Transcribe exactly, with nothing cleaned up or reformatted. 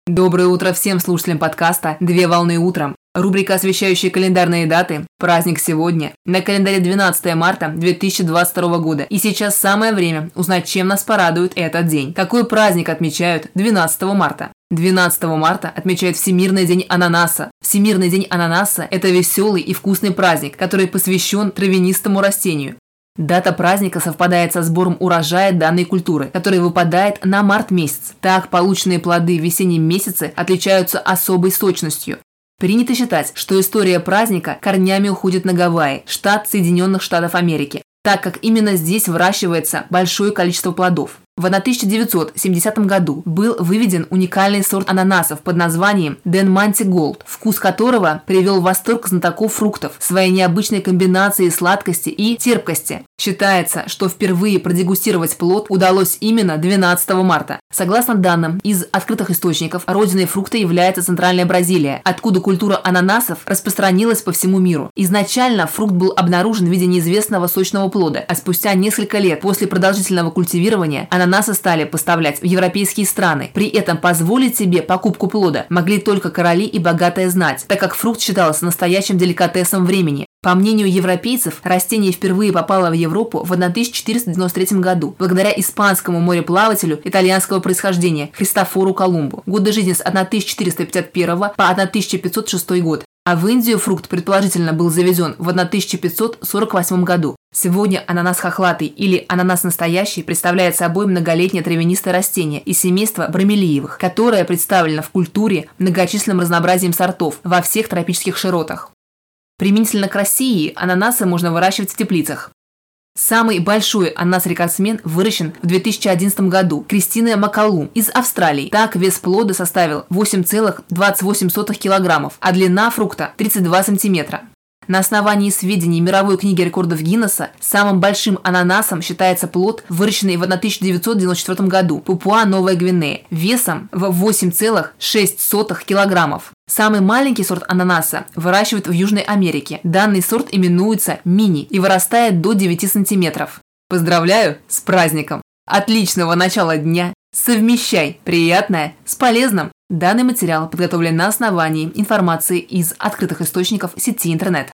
Доброе утро всем слушателям подкаста «Две волны утром». Рубрика, освещающая календарные даты. Праздник сегодня. На календаре двенадцатое марта две тысячи двадцать второго года. И сейчас самое время узнать, чем нас порадует этот день. Какой праздник отмечают двенадцатого марта? двенадцатого марта отмечают Всемирный день ананаса. Всемирный день ананаса – это веселый и вкусный праздник, который посвящен травянистому растению. Дата праздника совпадает со сбором урожая данной культуры, который выпадает на март месяц. Так, полученные плоды в весеннем месяце отличаются особой сочностью. Принято считать, что история праздника корнями уходит на Гавайи, штат Соединенных Штатов Америки, так как именно здесь выращивается большое количество плодов. В тысяча девятьсот семидесятом году был выведен уникальный сорт ананасов под названием Денманти Голд, вкус которого привел в восторг знатоков фруктов своей необычной комбинацией сладкости и терпкости. Считается, что впервые продегустировать плод удалось именно двенадцатого марта. Согласно данным из открытых источников, родиной фрукта является Центральная Бразилия, откуда культура ананасов распространилась по всему миру. Изначально фрукт был обнаружен в виде неизвестного сочного плода, а спустя несколько лет после продолжительного культивирования ананасы стали поставлять в европейские страны. При этом позволить себе покупку плода могли только короли и богатая знать, так как фрукт считался настоящим деликатесом времени. По мнению европейцев, растение впервые попало в Европу в тысяча четыреста девяносто третьем году благодаря испанскому мореплавателю итальянского происхождения Христофору Колумбу. Годы жизни с тысяча четыреста пятьдесят первого по тысяча пятьсот шестой год. А в Индию фрукт предположительно был завезен в тысяча пятьсот сорок восьмом году. Сегодня ананас хохлатый или ананас настоящий представляет собой многолетнее травянистое растение из семейства бромелиевых, которое представлено в культуре многочисленным разнообразием сортов во всех тропических широтах. Применительно к России ананасы можно выращивать в теплицах. Самый большой ананас-рекордсмен выращен в две тысячи одиннадцатом году Кристиной Маккалум из Австралии. Так, вес плода составил восемь целых двадцать восемь сотых килограммов, а длина фрукта – тридцать два сантиметра. На основании сведений мировой книги рекордов Гиннесса самым большим ананасом считается плод, выращенный в тысяча девятьсот девяносто четвёртом году Папуа-Новая Гвинея, весом в восемь целых шесть сотых килограммов. Самый маленький сорт ананаса выращивают в Южной Америке. Данный сорт именуется мини и вырастает до девяти сантиметров. Поздравляю с праздником! Отличного начала дня! Совмещай приятное с полезным! Данный материал подготовлен на основании информации из открытых источников сети интернет.